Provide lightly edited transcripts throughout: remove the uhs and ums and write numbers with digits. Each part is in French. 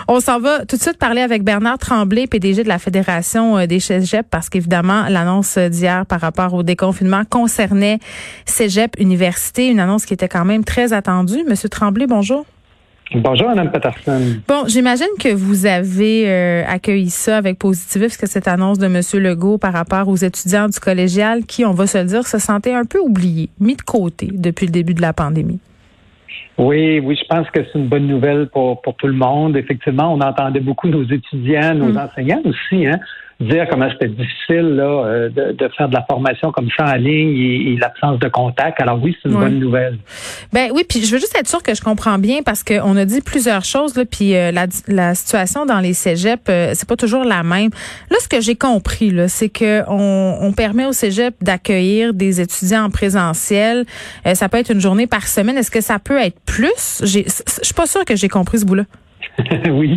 On s'en va tout de suite parler avec Bernard Tremblay, PDG de la Fédération des cégeps, parce qu'évidemment, l'annonce d'hier par rapport au déconfinement concernait cégep, université, une annonce qui était quand même très attendue. Monsieur Tremblay, bonjour. Bonjour, Mme Peterson. Bon, j'imagine que vous avez accueilli ça avec positivisme, cette annonce de M. Legault par rapport aux étudiants du collégial qui, on va se le dire, se sentaient un peu oubliés, mis de côté depuis le début de la pandémie. Oui, je pense que c'est une bonne nouvelle pour tout le monde. Effectivement, on entendait beaucoup nos étudiants, nos enseignants aussi, dire comment c'était difficile là, de faire de la formation comme ça en ligne et l'absence de contact. Alors oui, c'est une bonne nouvelle. Ben oui, puis je veux juste être sûre que je comprends bien parce qu'on a dit plusieurs choses là, puis la situation dans les cégeps, c'est pas toujours la même. Là, ce que j'ai compris là, c'est que on permet au cégep d'accueillir des étudiants en présentiel. Ça peut être une journée par semaine. Est-ce que ça peut être plus? Je suis pas sûre que j'ai compris ce bout-là. Oui.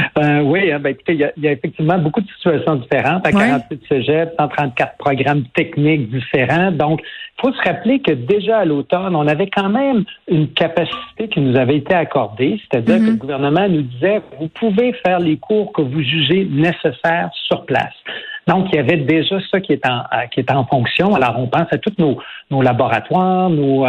Écoutez, il y a effectivement beaucoup de situations différentes à 48 cégeps, 134 programmes techniques différents. Donc, il faut se rappeler que déjà à l'automne, on avait quand même une capacité qui nous avait été accordée, c'est-à-dire que le gouvernement nous disait, vous pouvez faire les cours que vous jugez nécessaires sur place. Donc, il y avait déjà ça qui est en fonction. Alors, on pense à tous nos laboratoires,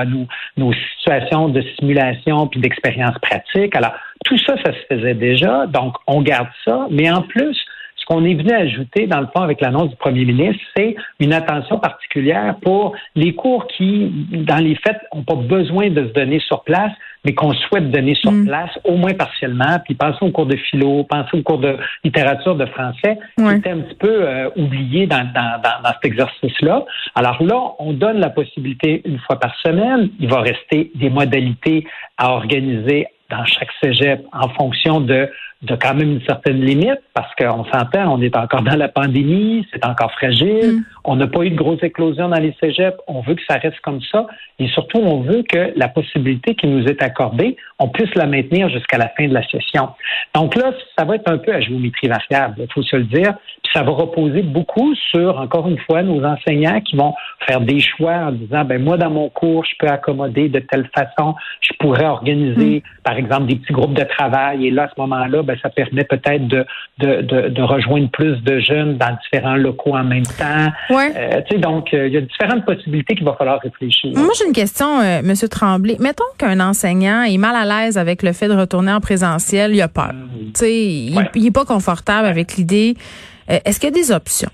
nos situations de simulation puis d'expérience pratique. Alors, tout ça, ça se faisait déjà. Donc, on garde ça. Mais en plus, ce qu'on est venu ajouter, dans le fond, avec l'annonce du premier ministre, c'est une attention particulière pour les cours qui, dans les faits, n'ont pas besoin de se donner sur place, mais qu'on souhaite donner sur place, au moins partiellement. Puis pensez aux cours de philo, pensez aux cours de littérature, de français, qui étaient un petit peu oubliés dans cet exercice-là. Alors là, on donne la possibilité une fois par semaine. Il va rester des modalités à organiser dans chaque cégep en fonction de quand même une certaine limite, parce qu'on s'entend, on est encore dans la pandémie, c'est encore fragile, on n'a pas eu de grosse éclosion dans les cégeps, on veut que ça reste comme ça, et surtout, on veut que la possibilité qui nous est accordée, on puisse la maintenir jusqu'à la fin de la session. Donc là, ça va être un peu à géométrie variable, il faut se le dire, puis ça va reposer beaucoup sur, encore une fois, nos enseignants qui vont faire des choix en disant, moi, dans mon cours, je peux accommoder de telle façon, je pourrais organiser, par exemple, des petits groupes de travail, et là, à ce moment-là, ça permet peut-être de rejoindre plus de jeunes dans différents locaux en même temps. Donc, il y a différentes possibilités qu'il va falloir réfléchir. Moi, j'ai une question, M. Tremblay. Mettons qu'un enseignant est mal à l'aise avec le fait de retourner en présentiel, il a peur. Il est pas confortable avec l'idée. Est-ce qu'il y a des options?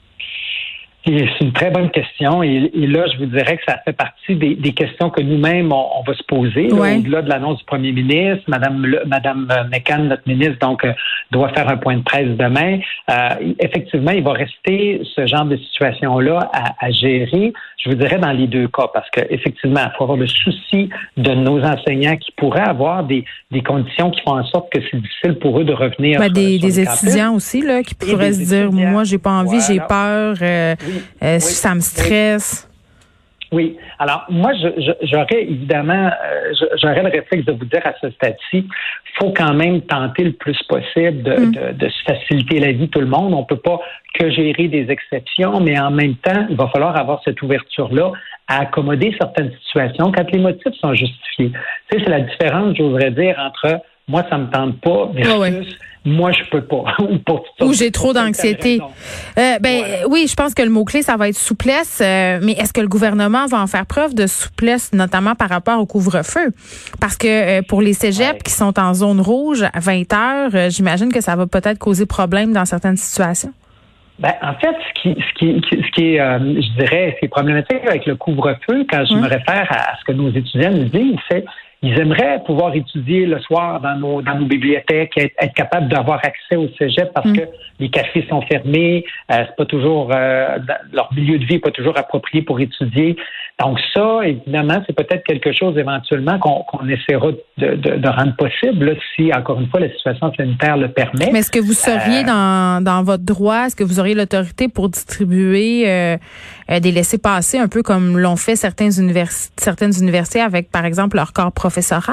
C'est une très bonne question. Et là, je vous dirais que ça fait partie des questions que nous-mêmes, on va se poser. Là, au-delà de l'annonce du premier ministre, Madame McCann, notre ministre, donc, doit faire un point de presse demain. Effectivement, il va rester ce genre de situation-là à gérer, je vous dirais, dans les deux cas. Parce que effectivement, il faut avoir le souci de nos enseignants qui pourraient avoir des conditions qui font en sorte que c'est difficile pour eux de revenir. Des étudiants aussi, là, qui pourraient se dire, moi, j'ai pas envie, j'ai peur. Ça me stresse. Oui. Alors, moi, j'aurais évidemment, j'aurais le réflexe de vous dire à ce stade-ci, faut quand même tenter le plus possible de se faciliter la vie tout le monde. On peut pas que gérer des exceptions, mais en même temps, il va falloir avoir cette ouverture-là à accommoder certaines situations quand les motifs sont justifiés. Tu sais, c'est la différence, j'oserais dire, entre moi, ça me tente pas versus moi, je peux pas. Ou j'ai trop d'anxiété. Oui, je pense que le mot-clé, ça va être souplesse. Mais est-ce que le gouvernement va en faire preuve de souplesse, notamment par rapport au couvre-feu? Parce que pour les cégeps qui sont en zone rouge à 20 heures, j'imagine que ça va peut-être causer problème dans certaines situations. En fait, ce qui est, je dirais, c'est problématique avec le couvre-feu, quand je me réfère à ce que nos étudiants nous disent, c'est ils aimeraient pouvoir étudier le soir dans nos bibliothèques, être capables d'avoir accès au cégep parce que les cafés sont fermés, c'est pas toujours leur milieu de vie n'est pas toujours approprié pour étudier. Donc ça, évidemment, c'est peut-être quelque chose éventuellement qu'on essaiera de rendre possible là, si, encore une fois, la situation sanitaire le permet. Mais est-ce que vous seriez dans votre droit, est-ce que vous auriez l'autorité pour distribuer des laissez-passer un peu comme l'ont fait certaines universités avec, par exemple, leur corps professoral?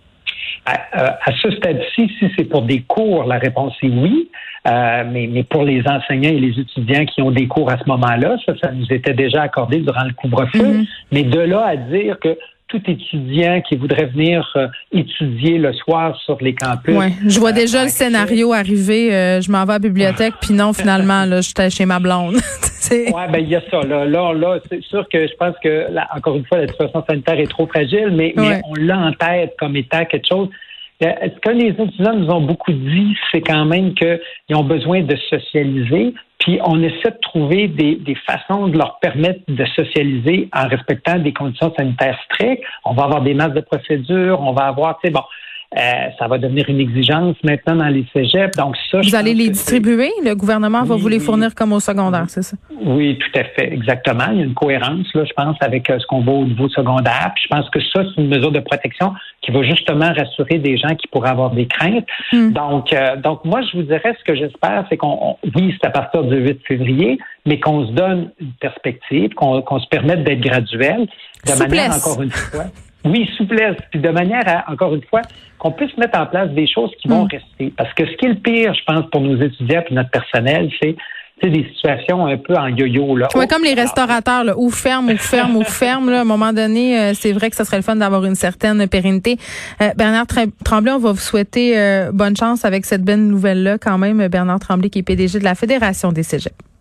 À ce stade-ci, si c'est pour des cours, la réponse est oui. Mais pour les enseignants et les étudiants qui ont des cours à ce moment-là, ça nous était déjà accordé durant le couvre-feu. Mais de là à dire que tout étudiant qui voudrait venir étudier le soir sur les campus. Ouais, je vois déjà le scénario arriver. Je m'en vais à la bibliothèque, puis non, finalement, là, j'étais chez ma blonde. Ouais, ben il y a ça. Là, c'est sûr que je pense que, encore une fois, la situation sanitaire est trop fragile, mais on l'a en tête comme étant quelque chose. Ce que les étudiants nous ont beaucoup dit, c'est quand même qu'ils ont besoin de socialiser, puis on essaie de trouver des façons de leur permettre de socialiser en respectant des conditions sanitaires strictes. On va avoir des masses de procédures, on va avoir, ça va devenir une exigence maintenant dans les cégeps. Donc ça, vous allez les distribuer? Le gouvernement va vous les fournir comme au secondaire, c'est ça? Oui, tout à fait, exactement. Il y a une cohérence, là, je pense, avec ce qu'on voit au niveau secondaire. Puis je pense que ça, c'est une mesure de protection qui va justement rassurer des gens qui pourraient avoir des craintes. Donc moi, je vous dirais, ce que j'espère, c'est oui, c'est à partir du 8 février, mais qu'on se donne une perspective, qu'on se permette d'être graduel, de manière, encore une fois. Oui, souplesse, puis de manière à, encore une fois, qu'on puisse mettre en place des choses qui vont rester. Parce que ce qui est le pire, je pense, pour nos étudiants et notre personnel, c'est des situations un peu en yo-yo. Là. Ouais, comme les restaurateurs, là, ou ferme. Là, à un moment donné, c'est vrai que ce serait le fun d'avoir une certaine pérennité. Bernard Tremblay, on va vous souhaiter bonne chance avec cette belle nouvelle-là quand même. Bernard Tremblay, qui est PDG de la Fédération des cégeps.